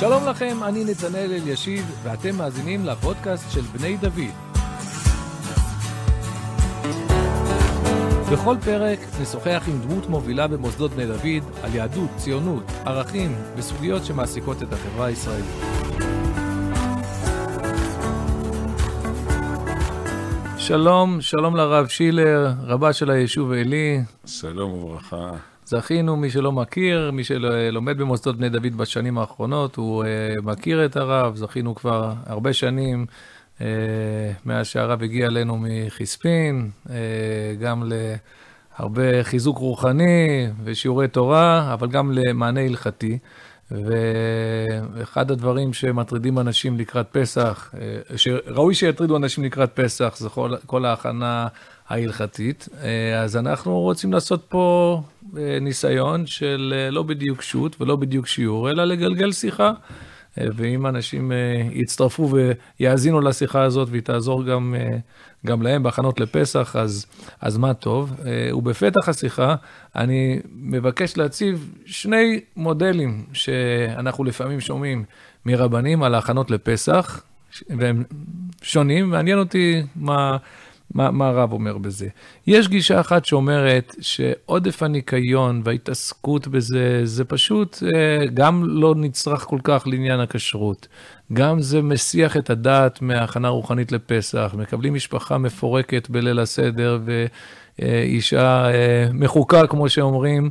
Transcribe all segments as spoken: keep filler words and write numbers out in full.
שלום לכם, אני נתנאל אלישיב, ואתם מאזינים לפודקאסט של בני דוד. בכל פרק נשוחח עם דמות מובילה במוסדות בני דוד על יהדות, ציונות, ערכים וסוגיות שמעסיקות את החברה הישראלית. שלום, שלום לרב שילר, רבה של היישוב עלי. שלום וברכה. זכינו, מי שלא מכיר, מי שלומד במוסדות בני דוד בשנים האחרונות, הוא uh, מכיר את הרב, זכינו כבר הרבה שנים, uh, מאז שהרב הגיע אלינו מחספין, uh, גם להרבה חיזוק רוחני ושיעורי תורה, אבל גם למענה הלכתי. ואחד הדברים שמטרידים אנשים לקראת פסח, שראוי שיטרידו אנשים לקראת פסח, זה כל, כל ההכנה ההלכתית. אז אנחנו רוצים לעשות פה ניסיון של לא בדיוק שוט ולא בדיוק שיעור, אלא לגלגל שיחה. ואם אנשים יצטרפו ויאזינו לשיחה הזאת והיא תעזור גם, גם להם בהכנות לפסח, אז, אז מה טוב. ובפתח השיחה אני מבקש להציב שני מודלים שאנחנו לפעמים שומעים מרבנים על ההכנות לפסח, והם שונים, מעניין אותי מה... מה, מה הרב אומר בזה. יש גישה אחת שאומרת שעודף הניקיון וההתעסקות בזה, זה פשוט גם לא נצרך כל כך לעניין הכשרות. גם זה מסיח את הדעת מההכנה רוחנית לפסח. מקבלים משפחה מפורקת בליל הסדר ואישה מחוקה, כמו שאומרים.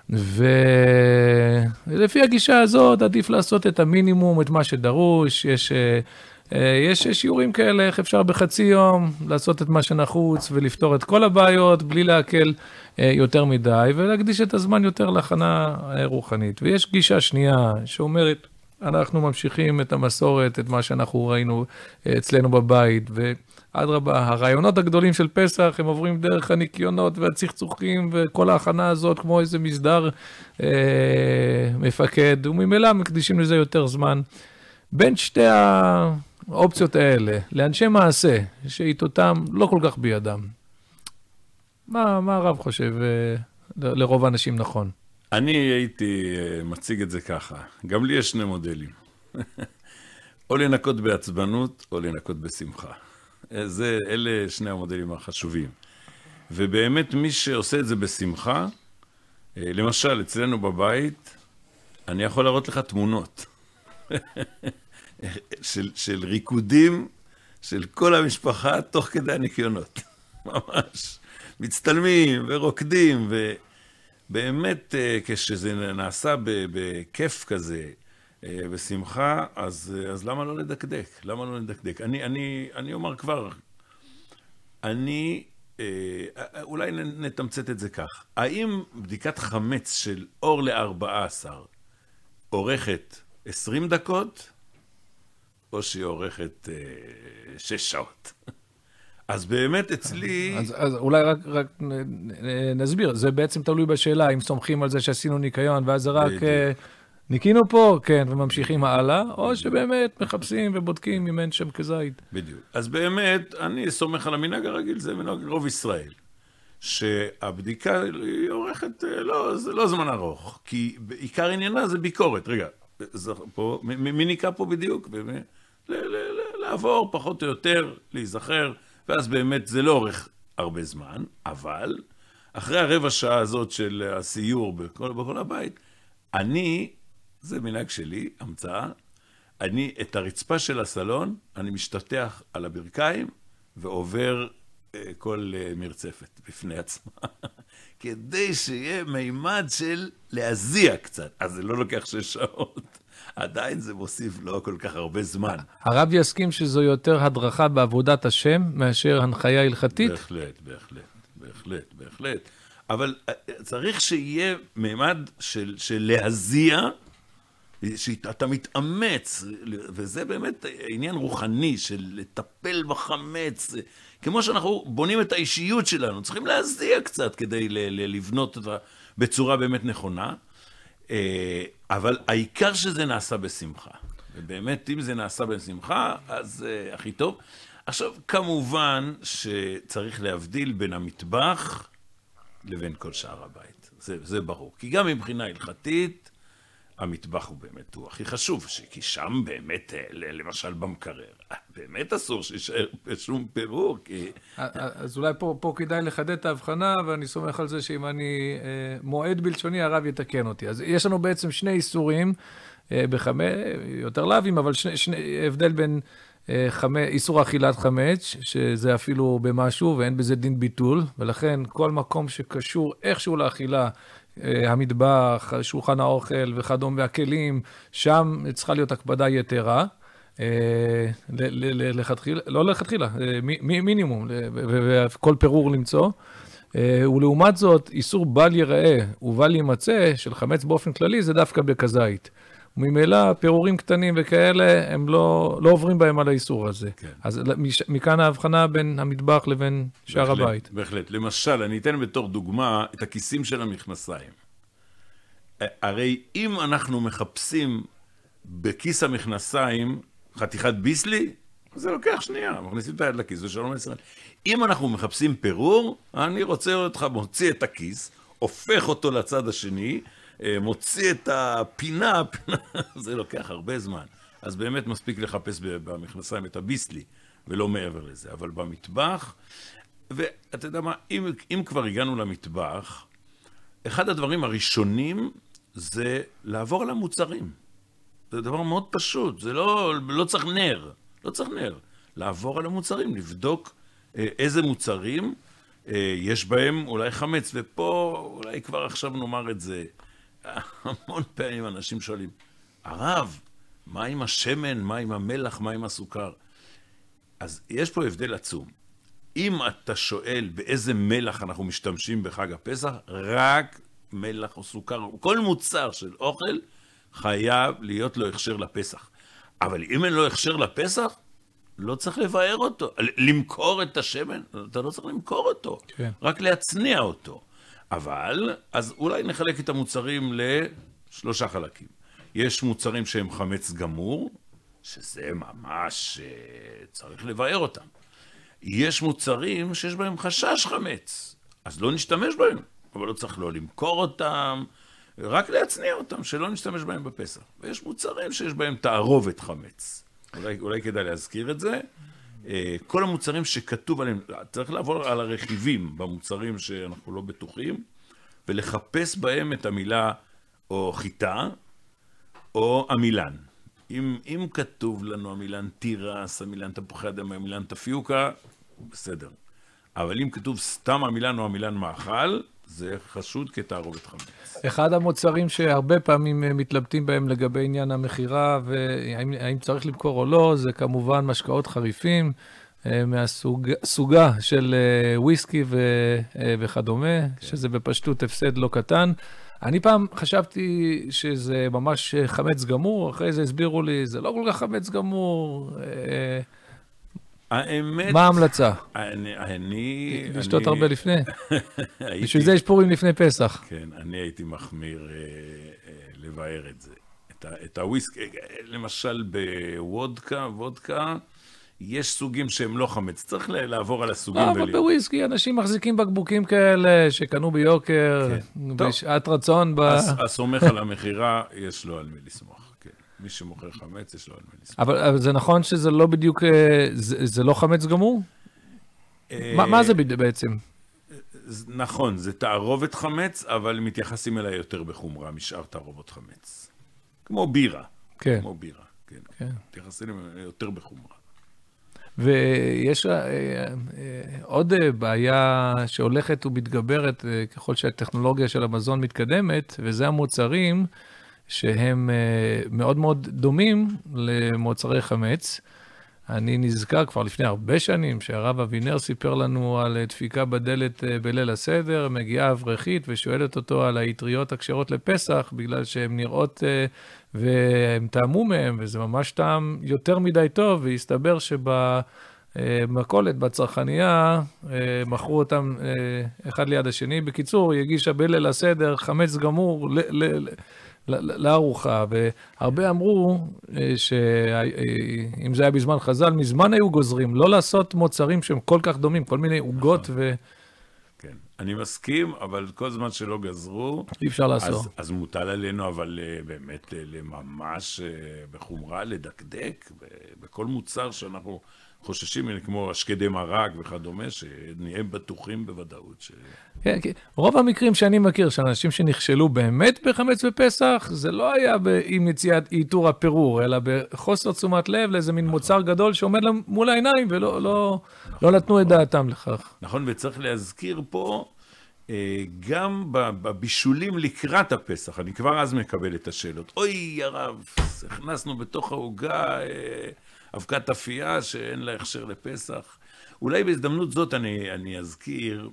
ולפי הגישה הזאת עדיף לעשות את המינימום, את מה שדרוש. יש... יש שיעורים כאלה, איך אפשר בחצי יום לעשות את מה שנחוץ ולפתור את כל הבעיות בלי להקל יותר מדי ולהקדיש את הזמן יותר להכנה רוחנית. ויש גישה שנייה שאומרת, אנחנו ממשיכים את המסורת, את מה שאנחנו ראינו אצלנו בבית, ואדרבה, הרעיונות הגדולים של פסח הם עוברים דרך הניקיונות והצחצוחים וכל ההכנה הזאת כמו איזה מסדר אה, מפקד, וממילא מקדישים לזה יותר זמן. בין שתי ה... האופציות האלה, לאנשי מעשה, שאיתותם לא כל כך בידם. מה, מה הרב חושב ל- לרוב האנשים נכון? אני הייתי מציג את זה ככה. גם לי יש שני מודלים. או לנקות בעצבנות, או לנקות בשמחה. זה, אלה שני המודלים החשובים. ובאמת מי שעושה את זה בשמחה, למשל, אצלנו בבית, אני יכול להראות לך תמונות. של, של ריקודים של כל המשפחה תוך כדי הניקיונות. ממש. מצטלמים ורוקדים, ובאמת כשזה נעשה בכיף כזה, בשמחה, אז, אז למה לא לדקדק? למה לא לדקדק? אני, אני, אני אומר כבר, אני, אולי נתמצת את זה כך. האם בדיקת חמץ של אור לארבעה עשר עורכת עשרים דקות, או שהיא עורכת אה, שש שעות. אז באמת אצלי... אז, אז אולי רק, רק נסביר, זה בעצם תלוי בשאלה, אם סומכים על זה שעשינו ניקיון, ואז זה רק אה, ניקינו פה, כן, וממשיכים הלאה, או שבאמת מחפשים ובודקים אם אין שם כזית. בדיוק. אז באמת, אני סומך על המנהג הרגיל, זה מנהג רוב ישראל, שהבדיקה היא עורכת, לא, זה לא זמן ארוך, כי עיקר עניינה זה ביקורת. רגע, פה, מי ניקה פה בדיוק? לעבור פחות או יותר, להיזכר, ואז באמת זה לא אורך הרבה זמן, אבל אחרי הרבע שעה הזאת של הסיור בכל, בכל הבית, אני, זה מנהג שלי, המצאה, אני את הרצפה של הסלון, אני משתטח על הברכיים ועובר כל מרצפת בפני עצמה, כדי שיהיה מימד של להזיע קצת. אז זה לא לוקח שש שעות. עדיין זה מוסיף לא כל כך הרבה זמן. הרב יסכים שזו יותר הדרכה בעבודת השם מאשר הנחיה הלכתית? בהחלט, בהחלט, בהחלט, בהחלט. אבל צריך שיהיה מימד של, של להזיע, שאתה מתאמץ, וזה באמת עניין רוחני של לטפל בחמץ, כמו שאנחנו בונים את האישיות שלנו, צריכים להזיע קצת כדי לבנות אותה בצורה באמת נכונה, אבל העיקר שזה נעשה בשמחה, ובאמת אם זה נעשה בשמחה, אז הכי טוב. עכשיו, כמובן שצריך להבדיל בין המטבח לבין כל שאר הבית, זה, זה ברור, כי גם מבחינה הלכתית, המטבח הוא באמת, הוא הכי חשוב, כי שם באמת, למשל במקרר, באמת אסור שישאר בשום פירור, כי... אז אולי פה, פה כדאי לחדד את ההבחנה, ואני סומך על זה שאם אני אה, מועד בלשוני, הרב יתקן אותי. אז יש לנו בעצם שני איסורים, אה, בחמץ, יותר לאווים, אבל שני, שני, הבדל בין אה, חמץ, איסור אכילת חמץ, שזה אפילו במשהו, ואין בזה דין ביטול, ולכן כל מקום שקשור איכשהו לאכילה, המטבח, שולחן האוכל וכדומה והכלים, שם צריכה להיות הקפדה יתרה, לכתחילה, לא לכתחילה, מינימום, וכל פירור למצוא. ולעומת זאת, איסור בל ייראה ובל יימצא של חמץ באופן כללי, זה דווקא בכזית. וממילא פירורים קטנים וכאלה, הם לא, לא עוברים בהם על האיסור הזה. כן. אז מכאן ההבחנה בין המטבח לבין שאר בהחלט, הבית. בהחלט. למשל, אני אתן בתור דוגמה את הכיסים של המכנסיים. הרי אם אנחנו מחפשים בכיס המכנסיים חתיכת ביסלי, זה לוקח שנייה, מכניסים את היד לכיס ושלום ישראל. אם אנחנו מחפשים פירור, אני רוצה אותך מוציא את הכיס, הופך אותו לצד השני, מוציא את הפינה, הפינה, זה לוקח הרבה זמן. אז באמת מספיק לחפש במכנסיים את הביסלי, ולא מעבר לזה. אבל במטבח, ואתה יודע מה, אם, אם כבר הגענו למטבח, אחד הדברים הראשונים זה לעבור על המוצרים. זה דבר מאוד פשוט, זה לא, לא צריך נר, לא צריך נר. לעבור על המוצרים, לבדוק איזה מוצרים יש בהם אולי חמץ, ופה אולי כבר עכשיו נאמר את זה, המון פעמים אנשים שואלים, הרב, מה עם השמן, מה עם המלח, מה עם הסוכר? אז יש פה הבדל עצום. אם אתה שואל באיזה מלח אנחנו משתמשים בחג הפסח, רק מלח או סוכר, כל מוצר של אוכל חייב להיות לו הכשר לפסח. אבל אם אין לו הכשר לפסח, לא צריך לבאר אותו. למכור את השמן, אתה לא צריך למכור אותו, כן. רק להצניע אותו. אבל, אז אולי נחלק את המוצרים לשלושה חלקים. יש מוצרים שהם חמץ גמור, שזה ממש צריך לבאר אותם. יש מוצרים שיש בהם חשש חמץ, אז לא נשתמש בהם, אבל לא צריך לא למכור אותם, רק להצניע אותם, שלא נשתמש בהם בפסח. ויש מוצרים שיש בהם תערובת חמץ. אולי, אולי כדאי להזכיר את זה. כל המוצרים שכתוב עליהם, צריך לעבור על הרכיבים במוצרים שאנחנו לא בטוחים, ולחפש בהם את המילה או חיטה, או המילן. אם, אם כתוב לנו המילן תירס, המילן תפוחי אדמה, המילן תפיוקה, בסדר. אבל אם כתוב סתם המילן או המילן מאכל, זה חשוד כתערובת חמץ. אחד המוצרים שהרבה פעמים מתלבטים בהם לגבי עניין המחירה, והאם צריך למכור או לא, זה כמובן משקאות חריפים, מהסוגה של וויסקי וכדומה, שזה בפשטות הפסד לא קטן. אני פעם חשבתי שזה ממש חמץ גמור, אחרי זה הסבירו לי, זה לא כל כך חמץ גמור. האמת... מה ההמלצה? אני... אני לשתות הרבה לפני. בשביל זה יש פורים לפני פסח. כן, אני הייתי מחמיר לבאר את זה. את הוויסקי, למשל בוודקה, וודקה, יש סוגים שהם לא חמץ, צריך לעבור על הסוגים. אבל בוויסקי, אנשים מחזיקים בקבוקים כאלה, שקנו ביוקר, בשעת רצון. הסומך על המחירה, יש לו על מי לסמוך. מי שמוכר חמץ, יש לו על מי לסמוך. אבל זה נכון שזה לא בדיוק, זה לא חמץ גמור? מה זה בעצם? נכון, זה תערובת חמץ, אבל מתייחסים אליה יותר בחומרה, משאר תערובות חמץ. כמו בירה. כן. כמו בירה, כן. מתייחסים אליה יותר בחומרה. ויש עוד בעיה שהולכת ומתגברת ככל שהטכנולוגיה של המזון מתקדמת, וזה המוצרים שהם מאוד מאוד דומים למוצרי חמץ. אני נזכר כבר לפני הרבה שנים שהרב אבינר סיפר לנו על דפיקה בדלת בליל הסדר, מגיעה אברכית ושואלת אותו על היטריות הכשרות לפסח, בגלל שהן נראות והם טעמו מהם, וזה ממש טעם יותר מדי טוב, והסתבר שבמכולת, בצרכנייה, מכרו אותם אחד ליד השני. בקיצור, היא הגישה בליל הסדר חמץ גמור ל... ל... לארוחה, והרבה אמרו שאם זה היה בזמן חז"ל, מזמן היו גוזרים, לא לעשות מוצרים שהם כל כך דומים, כל מיני עוגות ו... כן. אני מסכים, אבל כל זמן שלא גזרו, אי אפשר לעשות. אז, אז מוטל עלינו, אבל באמת לממש בחומרה, לדקדק, בכל מוצר שאנחנו חוששים, כמו השקדי מרק וכדומה, שנהיה בטוחים בוודאות. ש... כן, כן. רוב המקרים שאני מכיר, שאנשים שנכשלו באמת בחמץ בפסח, זה לא היה עם יציאת איתור הפירור, אלא בחוסר תשומת לב לאיזה מין מוצר גדול שעומד מול העיניים, ולא לא, לא נתנו את דעתם לכך. נכון, וצריך להזכיר פה, גם בבישולים לקראת הפסח, אני כבר אז מקבל את השאלות. אוי, הרב, הכנסנו בתוך ההוגה אבקת אפייה שאין לה הכשר לפסח. אולי בהזדמנות זאת אני, אני אזכיר,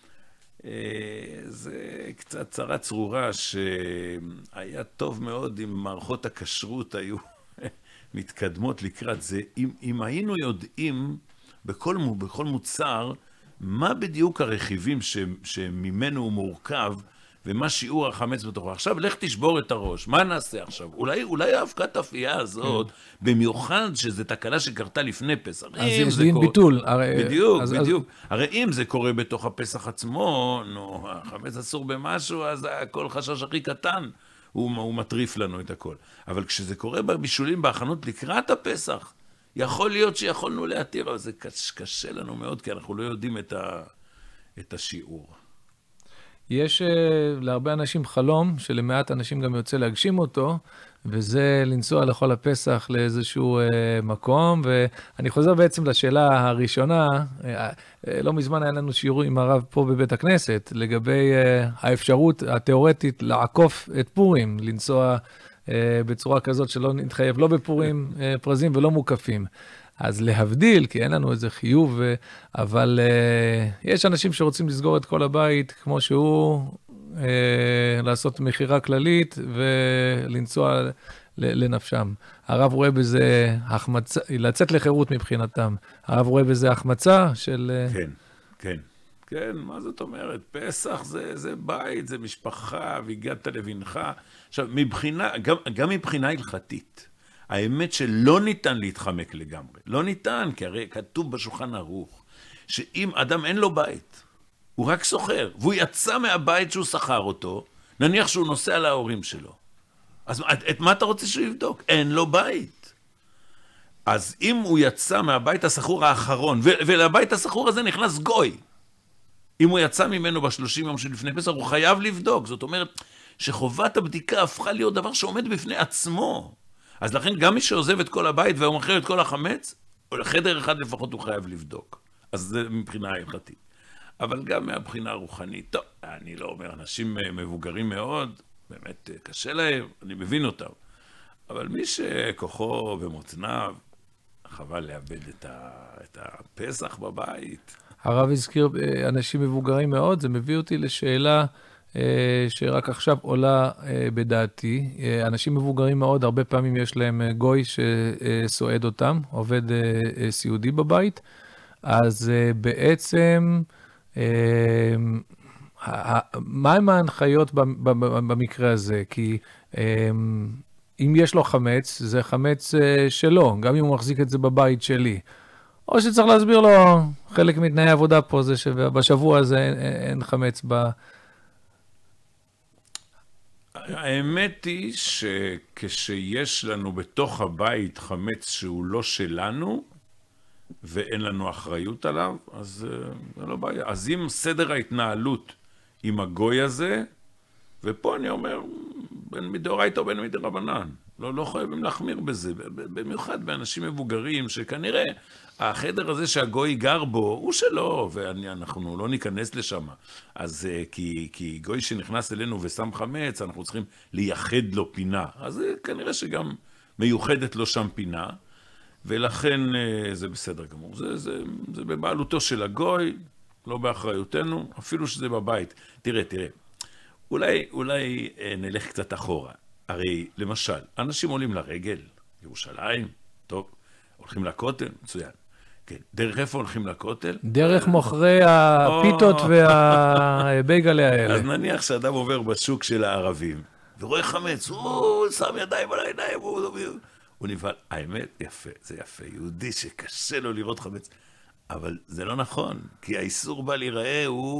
זה קצת צרה צרורה שהיה טוב מאוד אם מערכות הכשרות היו מתקדמות לקראת זה. אם, אם היינו יודעים בכל, בכל מוצר, מה בדיוק הרכיבים ש, שממנו הוא מורכב, ומה שיעור החמץ בתוכו. עכשיו, לך תשבור את הראש. מה נעשה עכשיו? אולי, אולי האבקת האפייה הזאת, כן. במיוחד שזו תקלה שקרתה לפני פסח. אז יש דין קורה... ביטול. הרי... בדיוק, אז, בדיוק. אז... הרי אם זה קורה בתוך הפסח עצמו, נו, החמץ אסור במשהו, אז כל חשש הכי קטן, הוא, הוא מטריף לנו את הכל. אבל כשזה קורה בבישולים, בהכנות לקראת הפסח, יכול להיות שיכולנו להתיר, אבל זה קשה לנו מאוד, כי אנחנו לא יודעים את, ה... את השיעור. יש uh, להרבה אנשים חלום, שלמעט אנשים גם יוצא להגשים אותו, וזה לנסוע לכל הפסח לאיזשהו uh, מקום, ואני חוזר בעצם לשאלה הראשונה, uh, uh, לא מזמן היה לנו שיעור עם הרב פה בבית הכנסת, לגבי uh, האפשרות התיאורטית לעקוף את פורים, לנסוע uh, בצורה כזאת שלא נתחייב לא בפורים uh, פרזים ולא מוקפים. אז להבדיל, כי אין לנו איזה חיוב, אבל uh, יש אנשים שרוצים לסגור את כל הבית כמו שהוא, uh, לעשות מחירה כללית ולנסוע לנפשם. הרב רואה בזה החמצה, לצאת לחירות מבחינתם. הרב רואה בזה החמצה של... כן, כן. כן, מה זאת אומרת? פסח זה, זה בית, זה משפחה, והגעת לבנך. עכשיו, מבחינה, גם, גם מבחינה הלכתית, האמת שלא ניתן להתחמק לגמרי. לא ניתן, כי הרי כתוב בשולחן ערוך, שאם אדם אין לו בית, הוא רק סוחר, והוא יצא מהבית שהוא שכר אותו, נניח שהוא נוסע להורים שלו. אז את, את מה אתה רוצה שהוא יבדוק? אין לו בית. אז אם הוא יצא מהבית הסחור האחרון, ו- ולבית הסחור הזה נכנס גוי, אם הוא יצא ממנו בשלושים יום שלפני פסח, הוא חייב לבדוק. זאת אומרת שחובת הבדיקה הפכה להיות דבר שעומד בפני עצמו. אז לכן גם מי שעוזב את כל הבית והוא מכיר את כל החמץ, או לחדר אחד לפחות הוא חייב לבדוק. אז זה מבחינה הלכתית. אבל גם מהבחינה הרוחנית, טוב, אני לא אומר, אנשים מבוגרים מאוד, באמת קשה להם, אני מבין אותם. אבל מי שכוחו ומותניו, חבל לאבד את, ה, את הפסח בבית. הרב הזכיר אנשים מבוגרים מאוד, זה מביא אותי לשאלה שרק עכשיו עולה בדעתי. אנשים מבוגרים מאוד, הרבה פעמים יש להם גוי שסועד אותם, עובד סיעודי בבית, אז בעצם מה הם ההנחיות במקרה הזה? כי אם יש לו חמץ, זה חמץ שלו, גם אם הוא מחזיק את זה בבית שלי. או שצריך להסביר לו, חלק מתנאי העבודה פה זה שבשבוע הזה אין, אין חמץ ב... האמת היא שכשיש לנו בתוך הבית חמץ שהוא לא שלנו, ואין לנו אחריות עליו, אז זה לא בעיה. אז אם סדר ההתנהלות עם הגוי הזה, ופה אני אומר, בין מדאורייתא או בין מדרבנן, לא, לא חייבים להחמיר בזה, במיוחד באנשים מבוגרים, שכנראה החדר הזה שהגוי גר בו, הוא שלו, ואנחנו לא ניכנס לשם. אז כי, כי גוי שנכנס אלינו ושם חמץ, אנחנו צריכים לייחד לו פינה. אז כנראה שגם מיוחדת לו שם פינה, ולכן זה בסדר גמור. זה, זה, זה בבעלותו של הגוי, לא באחריותנו, אפילו שזה בבית. תראה, תראה, אולי, אולי נלך קצת אחורה. הרי, למשל, אנשים עולים לרגל, ירושלים, טוב, הולכים לכותל, מצוין. כן, דרך איפה הולכים לכותל? דרך מוכרי הפיתות והבייגלי האלה. אז נניח שאדם עובר בשוק של הערבים, ורואה חמץ, הוא שם ידיים על העיניים, הוא, הוא, הוא נבהל. האמת, יפה, זה יפה. יהודי שקשה לו לראות חמץ. אבל זה לא נכון, כי האיסור בל ייראה הוא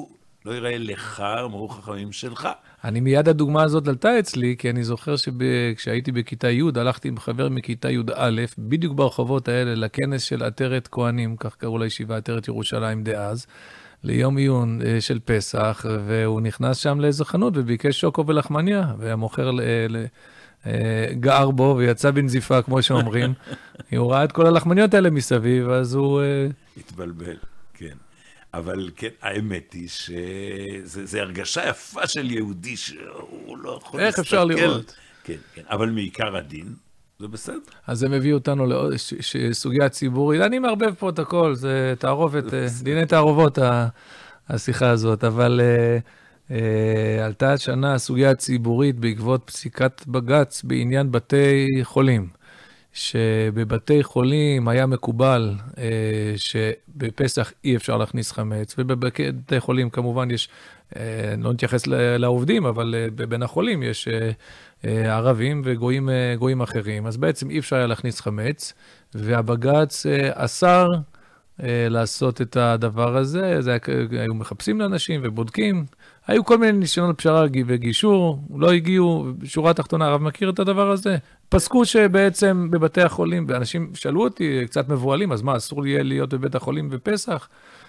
לא ייראה לך, אמרו חכמים שלך. אני מיד הדוגמה הזאת עלתה אצלי, כי אני זוכר שכשהייתי בכיתה י', הלכתי עם חבר מכיתה י"א, בדיוק ברחובות האלה, לכנס של עטרת כהנים, כך קראו לישיבה, עטרת ירושלים דאז, ליום עיון של פסח, והוא נכנס שם לאיזו חנות וביקש שוקו ולחמניה, והמוכר ל... ל... גער בו ויצא בנזיפה, כמו שאומרים. הוא ראה את כל הלחמניות האלה מסביב, אז הוא... התבלבל, כן. אבל כן, האמת היא שזה הרגשה יפה של יהודי שהוא לא יכול איך אפשר לראות? כן, כן. אבל מעיקר הדין, זה בסדר. אז זה מביא אותנו לסוגיה ציבורית. אני מערבב פה את הכל, זה תערובת, דיני תערובות השיחה הזאת, אבל... עלתה השנה הסוגיה הציבורית בעקבות פסיקת בג"ץ בעניין בתי חולים, שבבתי חולים היה מקובל שבפסח אי אפשר להכניס חמץ, ובבתי חולים כמובן יש, לא נתייחס לעובדים, אבל בין החולים יש ערבים וגויים אחרים, אז בעצם אי אפשר היה להכניס חמץ, והבג"ץ אסר לעשות את הדבר הזה, זה היו מחפשים לאנשים ובודקים, היו כל מיני ניסיונות פשרה וגישור, לא הגיעו, שורה התחתונה, הרב מכיר את הדבר הזה? פסקו שבעצם בבתי החולים, ואנשים שאלו אותי, קצת מבועלים, אז מה, אסור יהיה להיות בבית החולים בפסח?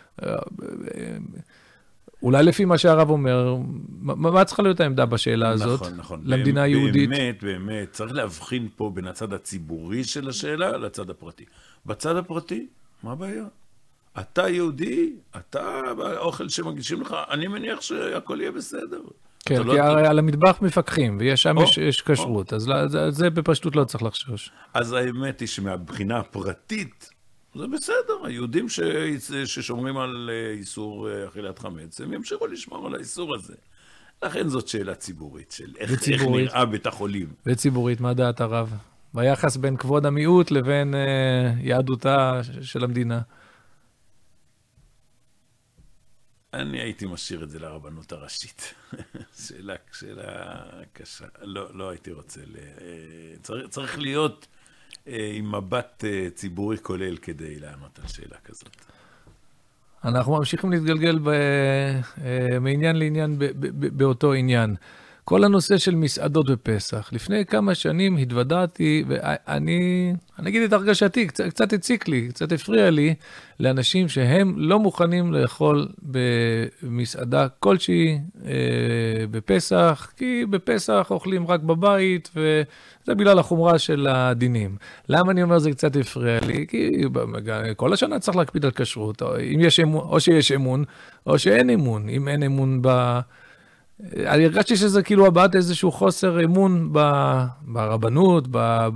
אולי לפי מה שהרב אומר, מה צריכה להיות העמדה בשאלה הזאת? נכון, נכון. למדינה היהודית? באמת, באמת, צריך להבחין פה בין הצד הציבורי של השאלה לצד הפרטי. בצד הפרטי, מה הבעיה? אתה יהודי, אתה באוכל שמגישים לך, אני מניח שהכל יהיה בסדר. כן, כי לא... על המטבח מפקחים, ויש שם יש, יש כשרות, אז זה, זה בפשטות לא צריך לחשוש. אז האמת היא שמהבחינה הפרטית, זה בסדר, היהודים ש... ששומרים על איסור אכילת חמץ, הם ימשיכו לשמור על האיסור הזה. לכן זאת שאלה ציבורית, של איך, איך נראה בית החולים. וציבורית, מה דעת הרב? ביחס בין כבוד המיעוט לבין אה, יהדותה של המדינה. אני הייתי משאיר את זה לרבנות הראשית. שאלה, שאלה קשה. לא, לא הייתי רוצה. ל... צריך, צריך להיות עם מבט ציבורי כולל כדי לענות על שאלה כזאת. אנחנו ממשיכים להתגלגל ב... מעניין לעניין ב... ב... באותו עניין. כל הנושא של מסעדות בפסח. לפני כמה שנים התוודעתי, ואני, אני אגיד את הרגשתי, קצת, קצת הציק לי, קצת הפריע לי, לאנשים שהם לא מוכנים לאכול במסעדה כלשהי אה, בפסח, כי בפסח אוכלים רק בבית, וזה בגלל החומרה של הדינים. למה אני אומר זה קצת הפריע לי? כי כל השנה צריך להקפיד על כשרות, אם יש אמון, או שיש אמון, או שאין אמון. אם אין אמון ב... אני הרגשתי שזה כאילו הבאת איזשהו חוסר אמון ברבנות,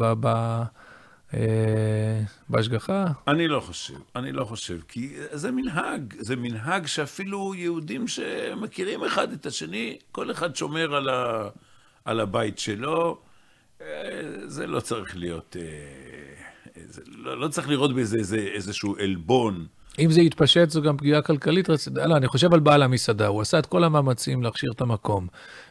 בהשגחה. אני לא חושב, אני לא חושב, כי זה מנהג, זה מנהג שאפילו יהודים שמכירים אחד את השני, כל אחד שומר על, ה, על הבית שלו, זה לא צריך להיות, זה לא, לא צריך לראות בזה איזה, איזשהו אלבון. אם זה יתפשט, זו גם פגיעה כלכלית. לא, אני חושב על בעל המסעדה, הוא עשה את כל המאמצים להכשיר את המקום.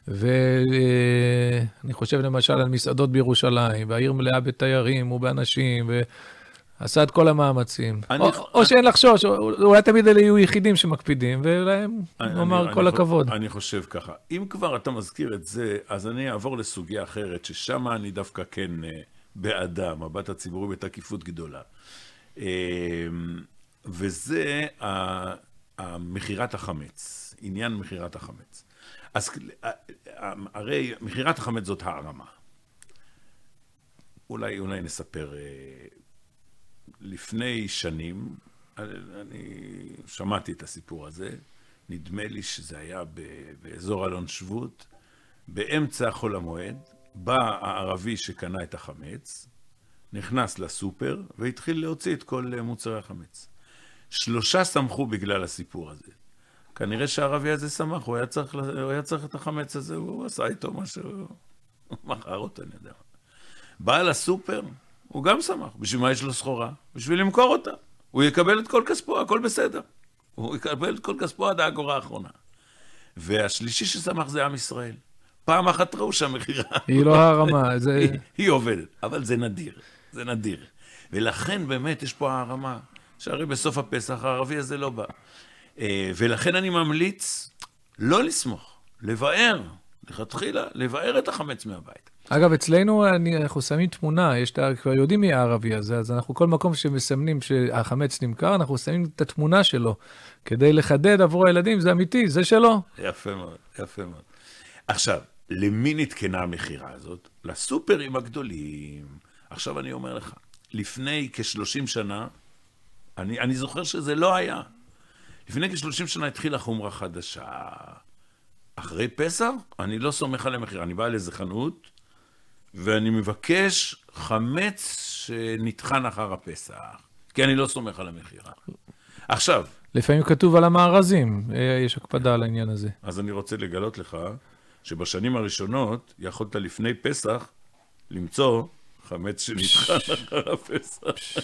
ואני חושב למשל על מסעדות בירושלים, והעיר מלאה בתיירים ובאנשים, ועשה את כל המאמצים. אני... או, או שאין לחשוש, אולי תמיד אלה יהיו יחידים שמקפידים, ולהם נאמר כל אני, הכבוד. אני חושב ככה, אם כבר אתה מזכיר את זה, אז אני אעבור לסוגיה אחרת, ששם אני דווקא כן באדם, הבת הציבורי בתקיפות גדולה. וזה מחירת החמץ, עניין מחירת החמץ. אז הרי מחירת החמץ זאת הערמה. אולי, אולי נספר, לפני שנים, אני שמעתי את הסיפור הזה, נדמה לי שזה היה באזור אלון שבות, באמצע חול המועד, בא הערבי שקנה את החמץ, נכנס לסופר והתחיל להוציא את כל מוצרי החמץ. שלושה שמחו בגלל הסיפור הזה. כנראה שהערבי הזה שמח, הוא היה צריך, הוא היה צריך את החמץ הזה, הוא עשה איתו משהו, הוא מכר אותו, אני יודע. בא לסופר, הוא גם שמח. בשביל מה יש לו סחורה? בשביל למכור אותה. הוא יקבל את כל כספו, הכל בסדר. הוא יקבל את כל כספו עד האגורה האחרונה. והשלישי ששמח זה עם ישראל. פעם אחת ראו שהמחירה... היא לא הרמה, זה... היא, היא עובדת, אבל זה נדיר, זה נדיר. ולכן באמת יש פה הרמה, שהרי בסוף הפסח הערבי הזה לא בא. ולכן אני ממליץ לא לסמוך, לבאר, לכתחילה, לבאר את החמץ מהבית. אגב, אצלנו אני, אנחנו שמים תמונה, יש, כבר יודעים מי הערבי הזה, אז אנחנו כל מקום שמסמנים שהחמץ נמכר, אנחנו שמים את התמונה שלו, כדי לחדד עבור הילדים, זה אמיתי, זה שלו. יפה מאוד, יפה מאוד. עכשיו, למי נתקנה המחירה הזאת? לסופרים הגדולים. עכשיו אני אומר לך, לפני כ-שלושים שנה, אני, אני זוכר שזה לא היה. לפני כ-שלושים שנה התחילה חומרה חדשה. אחרי פסח, אני לא סומך על המחיר. אני בא לאיזה חנות, ואני מבקש חמץ שנטחן אחר הפסח, כי אני לא סומך על המחירה. עכשיו... לפעמים כתוב על המארזים, יש הקפדה על העניין הזה. אז אני רוצה לגלות לך, שבשנים הראשונות, יכולת לפני פסח, למצוא חמץ שנטחן אחר הפסח.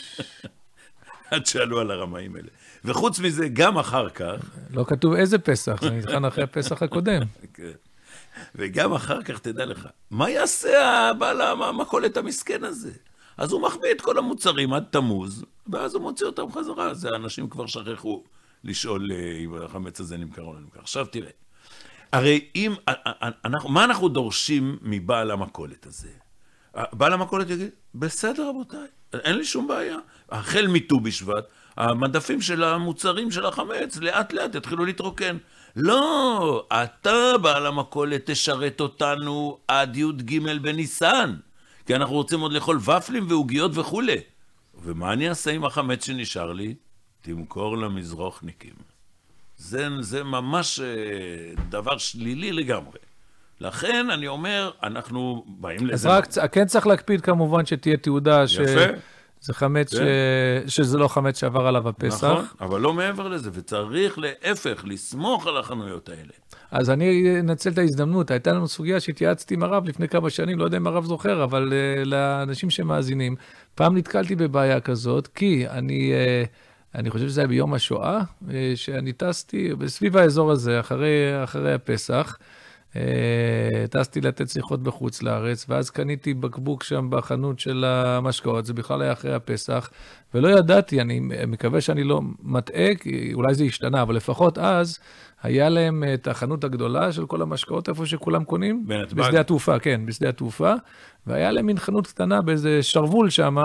עד שעלו על הרמאים האלה. וחוץ מזה, גם אחר כך... לא כתוב איזה פסח, זה נטחן אחרי הפסח הקודם. כן. וגם אחר כך תדע לך, מה יעשה הבעל המכולת המסכן הזה? אז הוא מחביא את כל המוצרים עד תמוז, ואז הוא מוציא אותם חזרה. זה האנשים כבר שכחו לשאול אם החמץ הזה נמכר או לא נמכר. עכשיו תראה, הרי אם, אנחנו, מה אנחנו דורשים מבעל המכולת הזה? בעל המכולת יגיד, בסדר רבותיי, אין לי שום בעיה. החל מט"ו בשבט, המדפים של המוצרים של החמץ לאט לאט יתחילו להתרוקן. לא, אתה בעל המכולת תשרת אותנו עד י' ג' בניסן, כי אנחנו רוצים עוד לאכול ופלים ועוגיות וכו'. ומה אני אעשה עם החמץ שנשאר לי? תמכור למזרוחניקים. זה, זה ממש דבר שלילי לגמרי. לכן אני אומר, אנחנו באים לזה... אז רק, כן צריך להקפיד כמובן שתהיה תעודה ש... יפה. זה חמץ ש... שזה לא חמץ שעבר עליו הפסח. נכון, אבל לא מעבר לזה, וצריך להפך, לסמוך על החנויות האלה. אז אני אנצל את ההזדמנות, הייתה לנו סוגיה שהתייעצתי עם הרב לפני כמה שנים, לא יודע אם הרב זוכר, אבל uh, לאנשים שמאזינים, פעם נתקלתי בבעיה כזאת, כי אני, uh, אני חושב שזה היה ביום השואה, uh, שאני טסתי בסביב האזור הזה, אחרי, אחרי הפסח, טסתי לתת שיחות בחוץ לארץ, ואז קניתי בקבוק שם בחנות של המשקאות, זה בכלל היה אחרי הפסח, ולא ידעתי, אני מקווה שאני לא מטעה, כי אולי זה השתנה, אבל לפחות אז היה להם את החנות הגדולה של כל המשקאות, איפה שכולם קונים, בנתב"ג. בשדה התעופה, כן, בשדה התעופה, והיה להם מין חנות קטנה באיזה שרוול שם,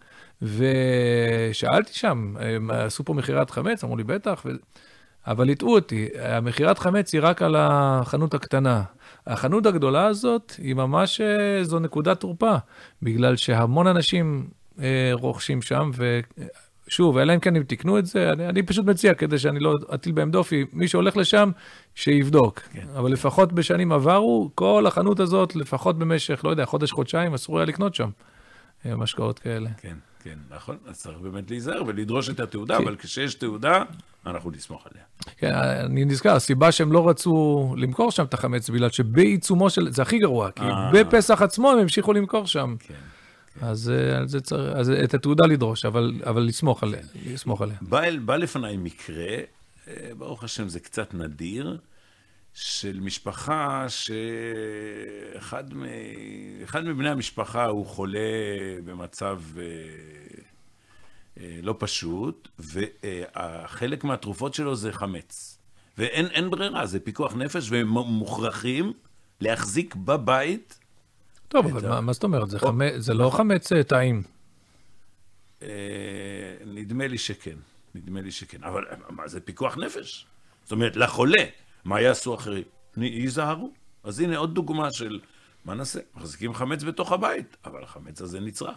ושאלתי שם, עשו פה מחירת חמץ, אמרו לי בטח, ו... אבל הטעו אותי, המחירת חמץ היא רק על החנות הקטנה. החנות הגדולה הזאת היא ממש, זו נקודת תורפה, בגלל שהמון אנשים אה, רוכשים שם, ושוב, אלא אם כן הם תקנו את זה, אני, אני פשוט מציע, כדי שאני לא אטיל בהם דופי, מי שהולך לשם, שיבדוק. כן. אבל לפחות בשנים עברו, כל החנות הזאת, לפחות במשך, לא יודע, חודש, חודשיים, אסור היה לקנות שם משקאות כאלה. כן. כן, נכון, אז צריך באמת להיזהר ולדרוש את התעודה, אבל כשיש תעודה, אנחנו נסמוך עליה. כן, אני נזכר, הסיבה שהם לא רצו למכור שם את החמץ, בגלל שבעיצומו של, זה הכי גרוע, כי בפסח עצמו הם המשיכו למכור שם. כן. אז את התעודה לדרוש, אבל לסמוך עליה. בא לפניי מקרה, ברוך השם זה קצת נדיר, של משפחה שאחד מ... אחד מבני המשפחה הוא חולה במצב אה, אה, לא פשוט, וחלק מהתרופות שלו זה חמץ. ואין אין ברירה, זה פיקוח נפש, והם מוכרחים להחזיק בבית. טוב, אבל ה... מה, מה זאת אומרת? זה, או... חמץ, זה לא חמץ טעים. אה, נדמה לי שכן, נדמה לי שכן. אבל מה, זה פיקוח נפש? זאת אומרת, לחולה. מה יעשו אחרים? ייזהרו. אז הנה עוד דוגמה של מה נעשה? מחזיקים חמץ בתוך הבית, אבל החמץ הזה נצרך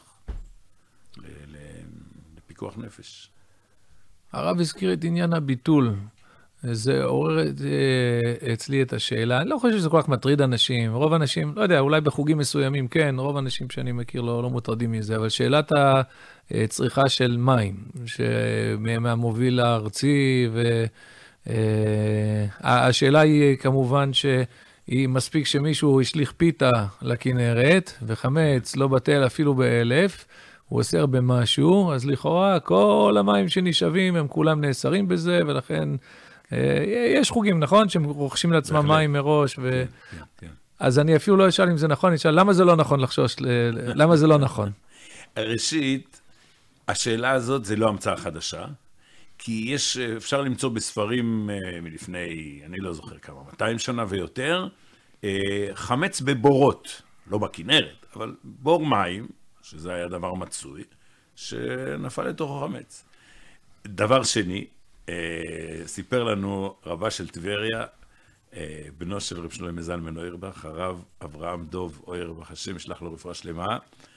לפיקוח נפש. הרב הזכיר את עניין הביטול. זה עורר אצלי את השאלה. אני לא חושב שזה כל כך מטריד אנשים. רוב אנשים, לא יודע, אולי בחוגים מסוימים, כן, רוב האנשים שאני מכיר לא, לא מוטרדים מזה, אבל שאלת הצריכה של מים, מהמוביל הארצי ו... Uh, השאלה היא כמובן שהיא מספיק שמישהו השליך פיתה לכנרת וחמץ לא בטל אפילו באלף, הוא עושה במשהו, אז לכאורה כל המים שנשאבים הם כולם נאסרים בזה, ולכן uh, יש חוגים, נכון? שהם רוכשים לעצמם מים מראש. ו... כן, כן, כן. אז אני אפילו לא אשאל אם זה נכון, אני אשאל למה זה לא נכון לחשוש, למה זה לא נכון? ראשית, השאלה הזאת זה לא המצאה חדשה, כי יש, אפשר למצוא בספרים מלפני, אני לא זוכר כמה, מאתיים שנה ויותר, חמץ בבורות, לא בכנרת, אבל בור מים, שזה היה דבר מצוי, שנפל לתוך החמץ. דבר שני, סיפר לנו רבה של טבריה, בנו של רב שלמה זלמן אוירבך, הרב אברהם דוב אוירבך, השם ישלח לו רפואה שלמה,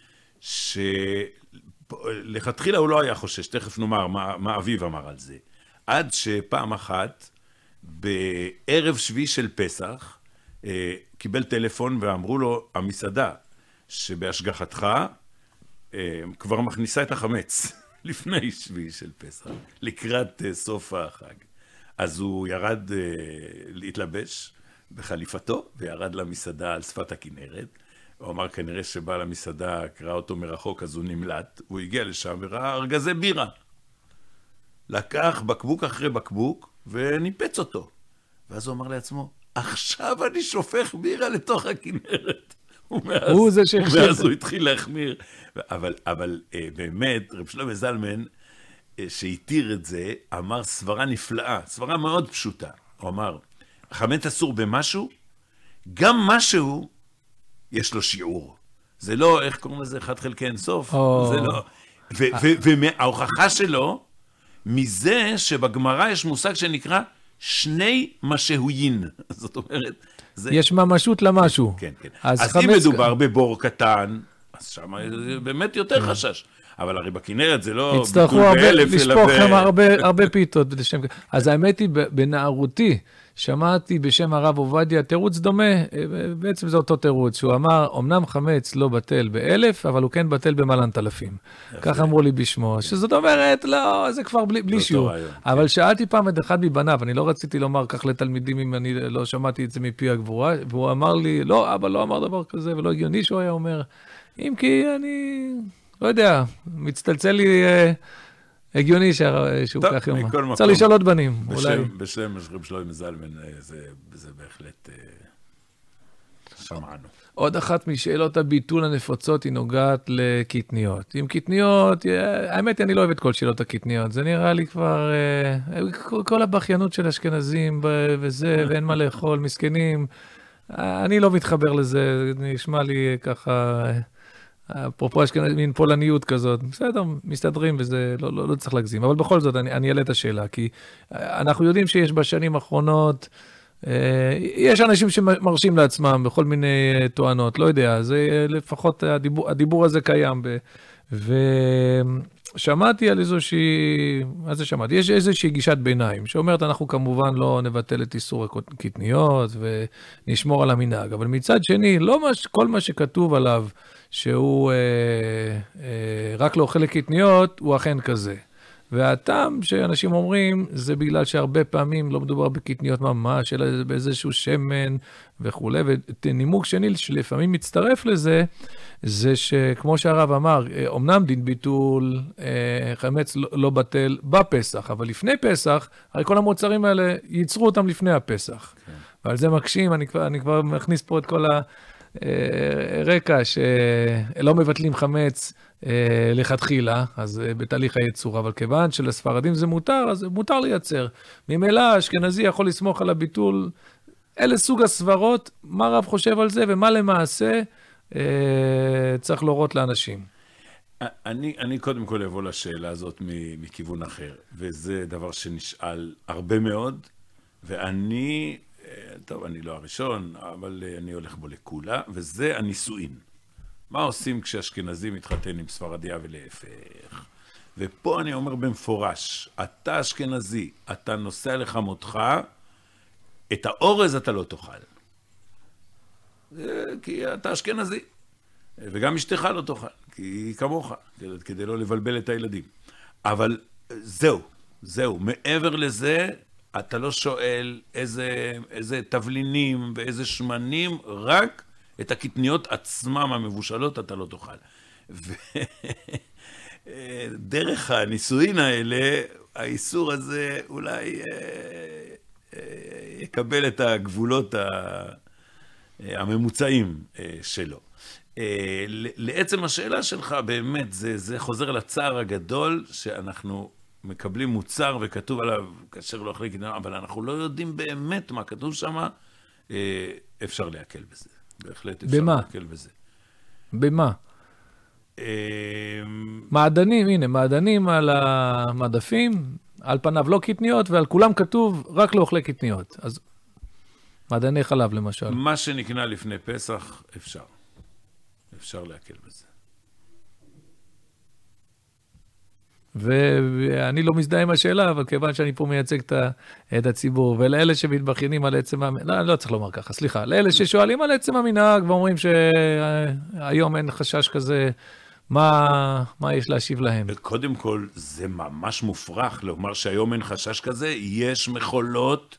שלכתחילה הוא לא היה חושש, תכף נאמר מה, מה אביו אמר על זה. עד שפעם אחת, בערב שביעי של פסח, קיבל טלפון ואמרו לו, המסעדה שבהשגחתך כבר מכניסה את החמץ לפני שביעי של פסח, לקראת סוף החג. אז הוא ירד להתלבש בחליפתו, וירד למסעדה על שפת הכנרת. הוא אמר כנראה שבא למסעדה, קרא אותו מרחוק, אז הוא נמלט. הוא הגיע לשם וראה ארגזי בירה. לקח בקבוק אחרי בקבוק, וניפץ אותו. ואז הוא אמר לעצמו, עכשיו אני שופך בירה לתוך הכנרת. ומאז, הוא זה שהחשיב. ומאז הוא התחיל להחמיר. אבל, אבל באמת, רב שלמה זלמן, שהתיר את זה, אמר סברה נפלאה, סברה מאוד פשוטה. הוא אמר, חמץ אסור במשהו, גם משהו יש לו שיעור. זה לא, איך קוראים לזה, אחד חלקי אינסוף? או... זה לא. וההוכחה שלו, מזה שבגמרא יש מושג שנקרא שני משהויין. זאת אומרת, זה... יש ממשות למשהו. כן, כן. אז, אז חמץ... אם מדובר בבור קטן, אז שם זה באמת יותר חשש. אבל הרי בכנרת זה לא... יצטרכו לשפוך שם הרבה פיתות. אז האמת היא, בנערותי, שמעתי בשם הרב עובדיה, תירוץ דומה, בעצם זה אותו תירוץ, שהוא אמר, אמנם חמץ לא בטל באלף, אבל הוא כן בטל במלנת אלפים. כך אמרו לי בשמו, שזאת אומרת, לא, זה כבר בלי שיעור. אבל שאלתי פעם את אחד מבניו, אני לא רציתי לומר כך לתלמידים, אם אני לא שמעתי את זה מפי הגבורה, והוא אמר לי, לא, אבא לא אמר דבר כזה, ולא הגיוני שהוא היה אומר, אם כי אני... לא יודע, מצטלצל לי אה, הגיוני שהוא טוב, כך יאמר. מכל מקום. צריך לשאול עוד בנים, בשם, אולי. בשם רב שלמה זלמן, זה, זה בהחלט אה, שמענו. עוד אחת משאלות הביטול הנפוצות היא נוגעת לקטניות. עם קטניות, האמת היא, אני לא אוהב את כל שאלות הקטניות. זה נראה לי כבר, אה, כל הבכיינות של אשכנזים וזה, ואין מה לאכול, מסכנים. אני לא מתחבר לזה, נשמע לי ככה... אפרופו אשכנזי, מין פולניות כזאת, בסדר, מסתדרים וזה, לא, לא, לא צריך להגזים, אבל בכל זאת אני, אני אעלה את השאלה, כי אנחנו יודעים שיש בשנים האחרונות, אה, יש אנשים שמרשים לעצמם בכל מיני טוענות, לא יודע, זה לפחות הדיבור, הדיבור הזה קיים, ב, ושמעתי על איזושהי, מה זה שמעתי? יש איזושהי גישת ביניים, שאומרת אנחנו כמובן לא נבטל את איסור הקטניות, ונשמור על המנהג, אבל מצד שני, לא מש, כל מה שכתוב עליו, שהוא אה, אה, רק לא אוכל לקטניות, הוא אכן כזה. והטעם שאנשים אומרים, זה בגלל שהרבה פעמים לא מדובר בקטניות ממש, אלא באיזשהו שמן וכו'. ונימוק שני שלפעמים מצטרף לזה, זה שכמו שהרב אמר, אמנם דין ביטול, אה, חמץ לא, לא בטל בפסח, אבל לפני פסח, הרי כל המוצרים האלה ייצרו אותם לפני הפסח. כן. ועל זה מקשים, אני כבר, אני כבר מכניס פה את כל ה... רקע שלא מבטלים חמץ לכתחילה, אז בתהליך הייצור, אבל כיוון שלספרדים זה מותר, אז מותר לייצר. ממילא אשכנזי יכול לסמוך על הביטול, אלה סוג הסברות, מה רב חושב על זה ומה למעשה צריך להורות לאנשים. אני, אני קודם כל אבוא לשאלה הזאת מכיוון אחר, וזה דבר שנשאל הרבה מאוד, ואני... טוב, אני לא הראשון, אבל אני הולך בו לכולה, וזה הנישואין. מה עושים כשאשכנזי מתחתן עם ספרדיה ולהפך? ופה אני אומר במפורש, אתה אשכנזי, אתה נוסע לחמותך, את האורז אתה לא תאכל. כי אתה אשכנזי. וגם אשתך לא תאכל, כי היא כמוך, כדי לא לבלבל את הילדים. אבל זהו, זהו. מעבר לזה, אתה לא שואל איזה, איזה תבלינים ואיזה שמנים, רק את הקטניות עצמם המבושלות אתה לא תאכל. ודרך הנישואין האלה, האיסור הזה אולי יקבל את הגבולות הממוצעים שלו. לעצם השאלה שלך, באמת, זה, זה חוזר לצער הגדול שאנחנו מקבלים מוצר וכתוב עליו, כאשר לא אכלי קטניות, אבל אנחנו לא יודעים באמת מה כתוב שם, אפשר להקל בזה. בהחלט אפשר במה? להקל בזה. במה? מעדנים, הנה, מעדנים על המדפים, על פניו לא קטניות, ועל כולם כתוב רק לא אוכלי קטניות. אז מעדני חלב למשל. מה שנקנה לפני פסח, אפשר. אפשר להקל בזה. ואני לא מזדהה עם השאלה, אבל כיוון שאני פה מייצג את הציבור, ולאלה שמתבכיינים על עצם המנהג, לא, לא צריך לומר ככה, סליחה, לאלה ששואלים על עצם המנהג, ואומרים שהיום אין חשש כזה, מה, מה יש להשיב להם? קודם כל, זה ממש מופרך לומר שהיום אין חשש כזה, יש מכולות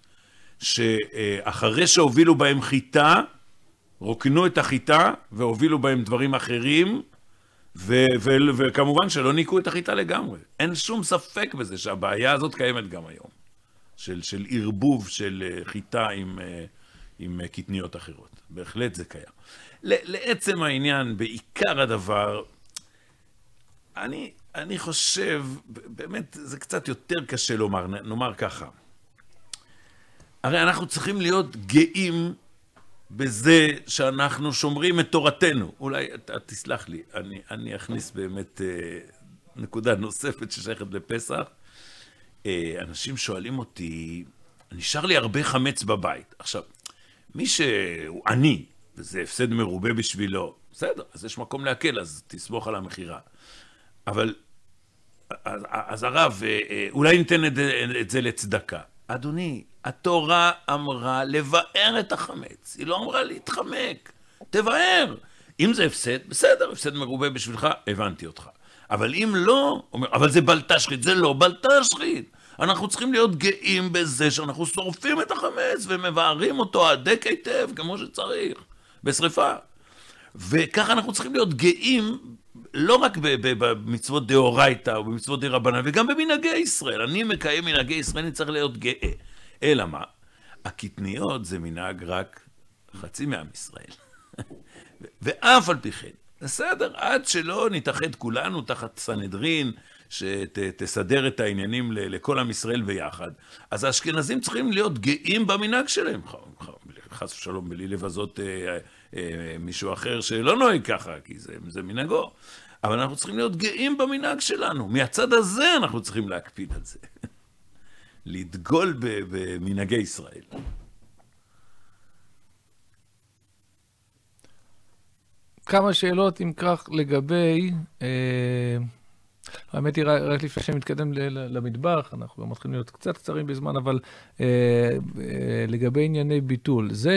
שאחרי שהובילו בהם חיטה, רוקנו את החיטה והובילו בהם דברים אחרים, ו- ו- וכמובן שלא ניקו את החיטה לגמרי. אין שום ספק בזה שהבעיה הזאת קיימת גם היום. של, של ערבוב של חיטה עם, עם קטניות אחרות. בהחלט זה קיים. לעצם העניין, בעיקר הדבר, אני, אני חושב, באמת זה קצת יותר קשה לומר, נאמר ככה. הרי אנחנו צריכים להיות גאים בזה שאנחנו שומרים את תורתנו. אולי, אתה תסלח לי, אני, אני אכניס באמת אה, נקודה נוספת ששייכת לפסח. אה, אנשים שואלים אותי, נשאר לי הרבה חמץ בבית. עכשיו, מי שהוא עני, וזה הפסד מרובה בשבילו, בסדר, אז יש מקום להקל, אז תסמוך על המחירה. אבל, אז, אז הרב, אה, אולי ניתן את, את זה לצדקה. אדוני, התורה אמרה לבאר את החמץ, היא לא אמרה להתחמק, תבאר. אם זה הפסד, בסדר, הפסד מרובה בשבילך, הבנתי אותך. אבל אם לא, אומר, אבל זה בלטשחית, זה לא בלטשחית. אנחנו צריכים להיות גאים בזה שאנחנו שורפים את החמץ ומבארים אותו הדק היטב כמו שצריך, בשריפה. וככה אנחנו צריכים להיות גאים, לא רק במצוות דאורייתא או במצוות דרבנן, וגם במנהגי ישראל. אני מקיים מנהגי ישראל, אני צריך להיות גאה. אלא מה? הקטניות זה מנהג רק חצי מעם ישראל. ואף על פי כן, בסדר, עד שלא נתאחד כולנו תחת סנהדרין, שתסדר את העניינים לכל עם ישראל ביחד, אז האשכנזים צריכים להיות גאים במנהג שלהם. חס ושלום בלי לבזות מישהו אחר שלא נוהג ככה, כי זה, זה מנהגו. אבל אנחנו צריכים להיות גאים במנהג שלנו. מהצד הזה אנחנו צריכים להקפיד על זה. לדגול במנהגי ישראל. כמה שאלות אם כך לגבי, אה, האמת היא רק לפני שמתקדם למטבח, אנחנו גם מתחילים להיות קצת קצרים בזמן, אבל אה, אה, לגבי ענייני ביטול, זה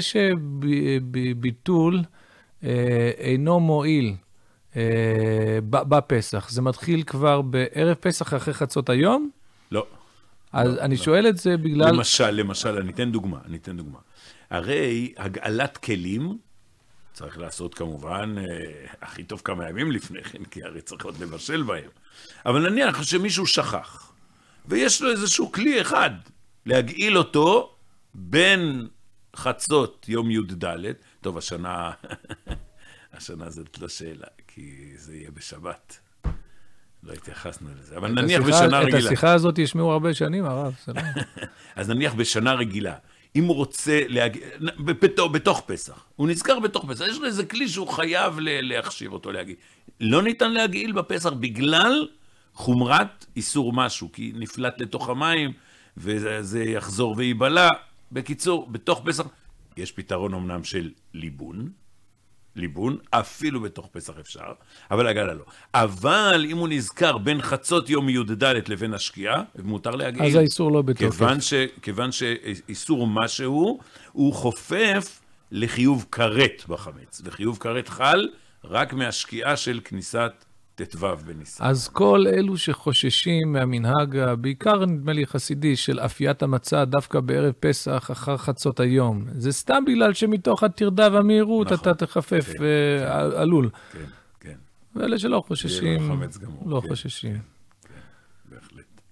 שביטול אה, אינו מועיל אה, בפסח, זה מתחיל כבר בערב פסח אחרי חצות היום? לא. אז לא, אני לא. שואל את זה בגלל... למשל, למשל, אני אתן דוגמה, אני אתן דוגמה. הרי הגעלת כלים, צריך לעשות כמובן אה, הכי טוב כמה ימים לפני כן, כי הרי צריך עוד לבשל בהם. אבל נניח שמישהו שכח, ויש לו איזשהו כלי אחד, להגעיל אותו בין חצות יום י"ד, טוב, השנה, השנה זאת לא שאלה, כי זה יהיה בשבת. לא התייחסנו לזה, אבל נניח השיחה, בשנה רגילה. את השיחה הזאת ישמעו הרבה שנים, הרב, זה לא... אז נניח בשנה רגילה, אם הוא רוצה, להג... בתוך, בתוך פסח, הוא נזכר בתוך פסח, יש לו איזה כלי שהוא חייב להחשיב אותו להגיד. לא ניתן להגעיל בפסח בגלל חומרת איסור משהו, כי נפלט לתוך המים, וזה יחזור ויבלע. בקיצור, בתוך פסח, יש פתרון אמנם של ליבון, ליבון, אפילו בתוך פסח אפשר, אבל הגלה לא. אבל אם הוא נזכר בין חצות יום י"ד לבין השקיעה, מותר להגעיל. אז האיסור לא בתוקף. כיוון, ש, כיוון שאיסור משהו, הוא חופף לחיוב כרת בחמץ. וחיוב כרת חל רק מהשקיעה של כניסת תתוו בניסן. אז כל אלו שחוששים מהמנהג, בעיקר נדמה לי חסידי, של אפיית המצה דווקא בערב פסח אחר חצות היום, זה סתם בגלל שמתוך הטרדה והמהירות נכון, אתה תחפף כן, uh, כן, עלול. כן, כן. ואלה שלא חוששים, לא כן, חוששים. כן, כן, בהחלט.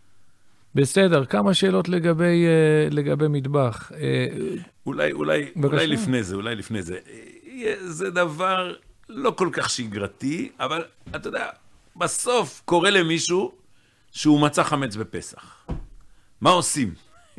בסדר, כמה שאלות לגבי, uh, לגבי מטבח. Uh, אולי, אולי, אולי לפני זה, אולי לפני זה. זה דבר... לא כל כך שגרתי, אבל אתה יודע, בסוף קורה למישהו שהוא מצא חמץ בפסח. מה עושים?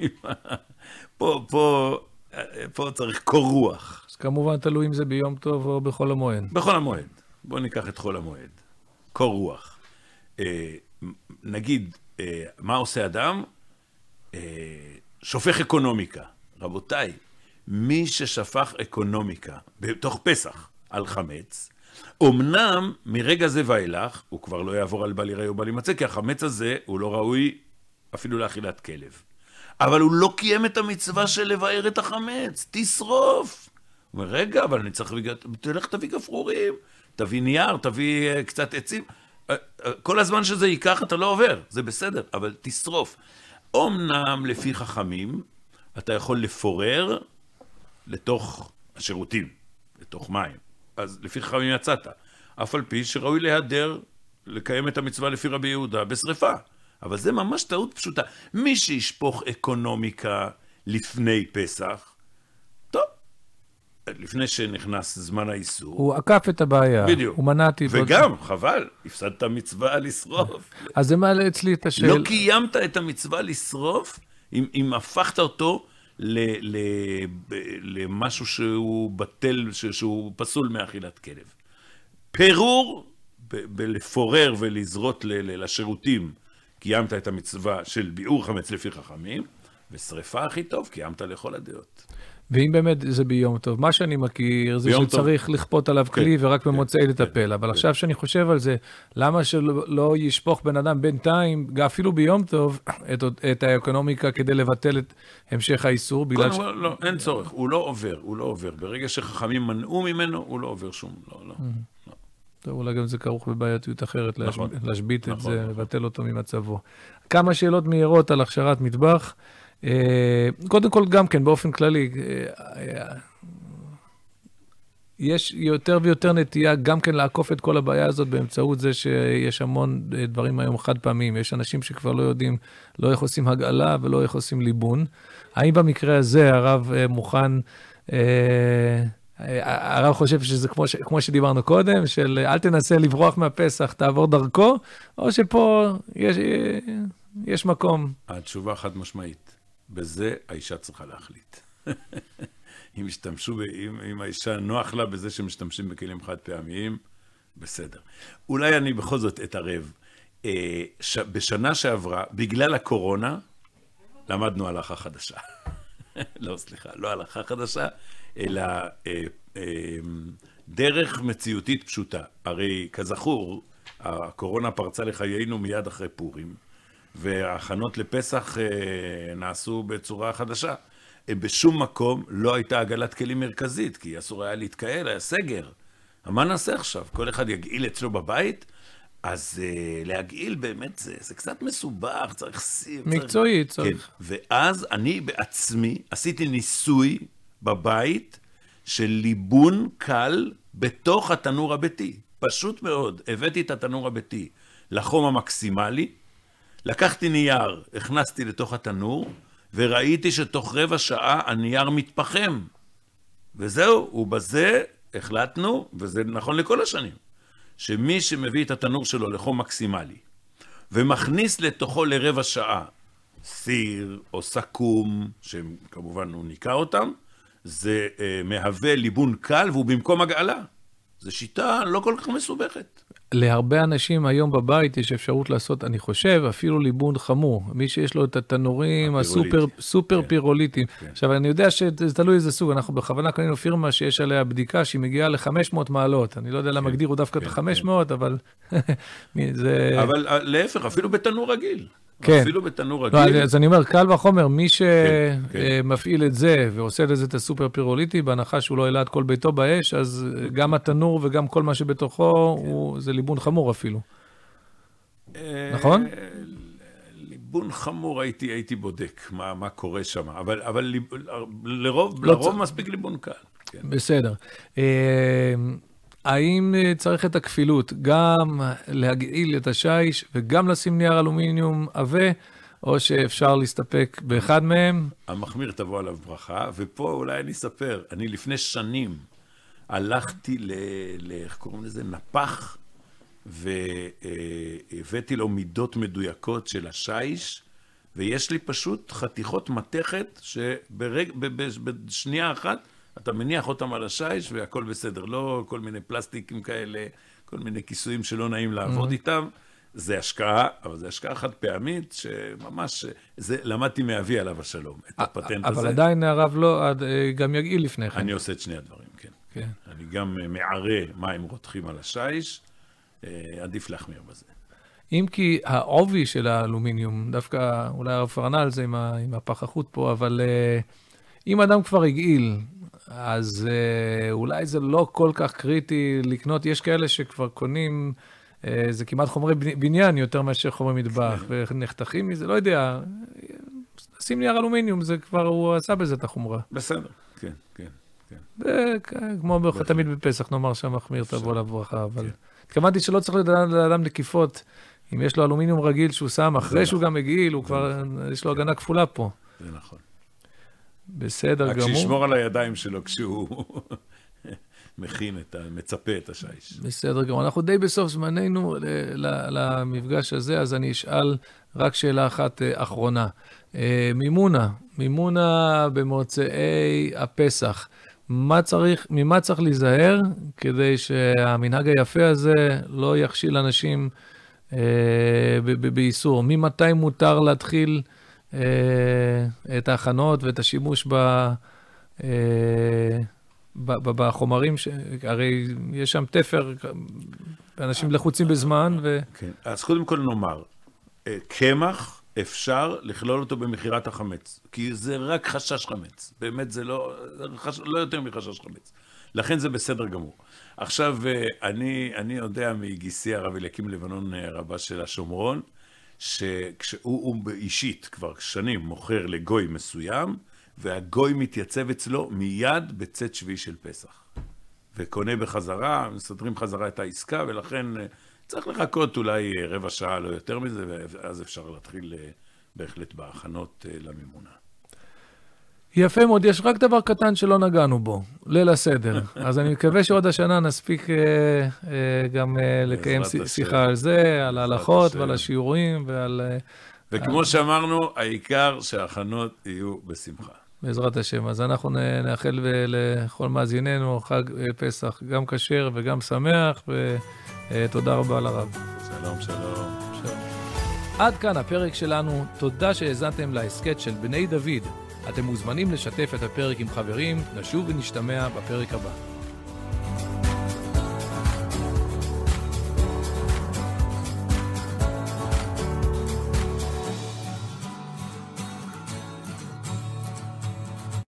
פה, פה, פה צריך קור רוח. אז כמובן תלוי אם זה ביום טוב או בחול המועד. בחול המועד. בואו ניקח את חול המועד. קור רוח. אה, נגיד, אה, מה עושה אדם? אה, שופך אקונומיקה. רבותיי, מי ששפך אקונומיקה בתוך פסח על חמץ, אמנם מרגע זה ואילך, הוא כבר לא יעבור על בל יראה או בל ימצא, כי החמץ הזה הוא לא ראוי אפילו לאכילת כלב. אבל הוא לא קיים את המצווה של לבאר את החמץ, תשרוף. הוא אומר, רגע, אבל אני צריך, תלך תביא גפרורים, תביא נייר, תביא קצת עצים. כל הזמן שזה ייקח אתה לא עובר, זה בסדר, אבל תשרוף. אמנם לפי חכמים, אתה יכול לפורר לתוך השירותים, לתוך מים. אז לפי חכמים יצאת. אף על פי שראוי להיעדר, לקיים את המצווה לפי רבי יהודה בשריפה. אבל זה ממש טעות פשוטה. מי שישפוך אקונומיקה לפני פסח, טוב, לפני שנכנס זמן האיסור. הוא עקף את הבעיה. בדיוק. הוא מנעתי. וגם, חבל, הפסדת מצווה לשרוף. אז זה מעלה אצלי את השאלה. לא קיימת את המצווה לשרוף, אם, אם הפכת אותו ל, ל, ב, למשהו שהוא בטל, שהוא פסול מאכילת כלב. פירור, ב, בלפורר ולזרות ל, ל, לשירותים, קיימת את המצווה של ביעור חמץ לפי חכמים, ושריפה הכי טוב, קיימת לכל הדעות. ואם באמת זה ביום טוב, מה שאני מכיר זה שצריך טוב. לכפות עליו כלי כן, ורק במוצאי כן, לטפל, כן, אבל כן. עכשיו שאני חושב על זה, למה שלא ישפוך בן אדם בינתיים, אפילו ביום טוב, את, את האקונומיקה כדי לבטל את המשך האיסור? בגלל ש... לא, לא, אין צורך, הוא לא עובר, הוא לא עובר. ברגע שחכמים מנעו ממנו, הוא לא עובר שום, לא, לא. לא. טוב, אולי גם זה כרוך בבעייתיות אחרת, נכון, להשבית נכון, את זה, נכון. לבטל אותו ממצבו. כמה שאלות מהירות על הכשרת מטבח. קודם כל, גם כן, באופן כללי, יש יותר ויותר נטייה גם כן לעקוף את כל הבעיה הזאת באמצעות זה שיש המון דברים היום חד פעמים. יש אנשים שכבר לא יודעים, לא איך עושים הגעלה ולא איך עושים ליבון. האם במקרה הזה הרב מוכן... הרב חושב שזה כמו, ש... כמו שדיברנו קודם, של אל תנסה לברוח מהפסח, תעבור דרכו, או שפה יש, יש מקום. התשובה חד משמעית. בזה האישה צריכה להחליט. אם השתמשו, אם, אם האישה נוח לה בזה שמשתמשים בכלים חד פעמיים, בסדר. אולי אני בכל זאת אתערב. ש... בשנה שעברה, בגלל הקורונה, למדנו הלכה חדשה. לא, סליחה, לא הלכה חדשה, אלא אה, אה, דרך מציאותית פשוטה. הרי כזכור, הקורונה פרצה לחיינו מיד אחרי פורים, וההכנות לפסח אה, נעשו בצורה חדשה. אה, בשום מקום לא הייתה עגלת כלים מרכזית, כי אסור היה להתקהל, היה סגר. מה נעשה עכשיו? כל אחד יגעיל אצלו בבית? אז uh, להגעיל באמת זה, זה קצת מסובך, צריך סיר. מקצועי, צריך. כן. ואז אני בעצמי עשיתי ניסוי בבית של ליבון קל בתוך התנור הביתי. פשוט מאוד, הבאתי את התנור הביתי לחום המקסימלי, לקחתי נייר, הכנסתי לתוך התנור, וראיתי שתוך רבע שעה הנייר מתפחם. וזהו, ובזה החלטנו, וזה נכון לכל השנים. שמי שמביא את התנור שלו לחום מקסימלי, ומכניס לתוכו לרבע שעה סיר או סכום, שכמובן הוא ניקה אותם, זה אה, מהווה ליבון קל, והוא במקום הגעלה. זו שיטה לא כל כך מסובכת. להרבה אנשים היום בבית יש אפשרות לעשות, אני חושב, אפילו ליבון חמור. מי שיש לו את התנורים הסופר, סופר פירוליטיים. עכשיו, אני יודע שזה תלוי איזה סוג. אנחנו בכוונה קנינו פירמה שיש עליה בדיקה שהיא מגיעה ל-חמש מאות מעלות. אני לא יודע למה הגדירו דווקא את ה-חמש מאות, אבל זה... אבל להפך, אפילו בתנור רגיל. כן. אפילו בתנור רגיל. לא, אז אני אומר, קל וחומר, מי שמפעיל את זה ועושה לזה את הסופר פירוליטי, בהנחה שהוא לא העלה את כל ביתו באש, אז גם התנור וגם כל מה שבתוכו, זה ליבון חמור אפילו. נכון? ליבון חמור הייתי, הייתי בודק מה, מה קורה שם, אבל, אבל לרוב, לרוב מספיק ליבון קל. בסדר. האם צריך את הכפילות, גם להגעיל את השיש וגם לשים נייר אלומיניום עבה, או שאפשר להסתפק באחד מהם? המחמיר תבוא עליו ברכה, ופה אולי אני אספר, אני לפני שנים הלכתי ל... ל... איך קוראים לזה? נפח והבאתי לו מידות מדויקות של השיש, ויש לי פשוט חתיכות מתכת שבשנייה אחת אתה מניח אותם על השיש והכל בסדר, לא כל מיני פלסטיקים כאלה, כל מיני כיסויים שלא נעים לעבוד איתם. זה השקעה, אבל זה השקעה חד פעמית, שממש, זה למדתי מאבי עליו השלום, את הפטנט הזה. אבל עדיין הרב לא, גם יגעיל לפני כן. אני עושה את שני הדברים, כן. אני גם מערה מים רותחים על השיש, עדיף להחמיר בזה. אם כי העובי של האלומיניום, דווקא אולי הרב פרנה על זה עם הפחחות פה, אבל אם אדם כבר הגעיל, אז אולי זה לא כל כך קריטי לקנות, יש כאלה שכבר קונים, זה כמעט חומרי בניין יותר מאשר חומרי מטבח, ונחתכים מזה, לא יודע, שים נייר אלומיניום, זה כבר, הוא עשה בזה את החומרה. בסדר, כן, כן, כן. כמו תמיד בפסח, נאמר שהמחמיר תבוא לברכה, אבל התכוונתי שלא צריך לאדם נקיפות, אם יש לו אלומיניום רגיל שהוא שם, אחרי שהוא גם מגעיל, הוא כבר, יש לו הגנה כפולה פה. זה נכון. בסדר גמור. רק שישמור על הידיים שלו כשהוא מכין את, מצפה את השיש. בסדר גמור. אנחנו די בסוף זמננו למפגש הזה, אז אני אשאל רק שאלה אחת אחרונה. מימונה, מימונה במוצאי הפסח. מה צריך, ממה צריך להיזהר כדי שהמנהג היפה הזה לא יכשיל אנשים באיסור? ממתי מותר להתחיל את ההכנות ואת השימוש בחומרים, הרי יש שם תפר, אנשים לחוצים בזמן. אז קודם כל נאמר, קמח אפשר לכלול אותו במחירת החמץ, כי זה רק חשש חמץ, באמת זה לא, לא יותר מחשש חמץ, לכן זה בסדר גמור. עכשיו, אני, אני יודע מגיסי הרב אליקים לבנון רבה של השומרון, שכשהוא אישית כבר שנים מוכר לגוי מסוים, והגוי מתייצב אצלו מיד בצאת שביעי של פסח. וקונה בחזרה, מסדרים חזרה את העסקה, ולכן צריך לחכות אולי רבע שעה, לא יותר מזה, ואז אפשר להתחיל בהחלט בהכנות למימונה. יפה מאוד, יש רק דבר קטן שלא נגענו בו, ליל הסדר. אז אני מקווה שעוד השנה נספיק גם לקיים שיחה על זה, על ההלכות ועל השיעורים ועל... וכמו שאמרנו, העיקר שההכנות יהיו בשמחה. בעזרת השם. אז אנחנו נאחל לכל מאזיננו חג פסח גם כשר וגם שמח, ותודה רבה לרב. שלום, שלום. עד כאן הפרק שלנו. תודה שהאזנתם להסכת של בני דוד. אתם מוזמנים לשתף את הפרק עם חברים. נשוב ונשתמע בפרק הבא.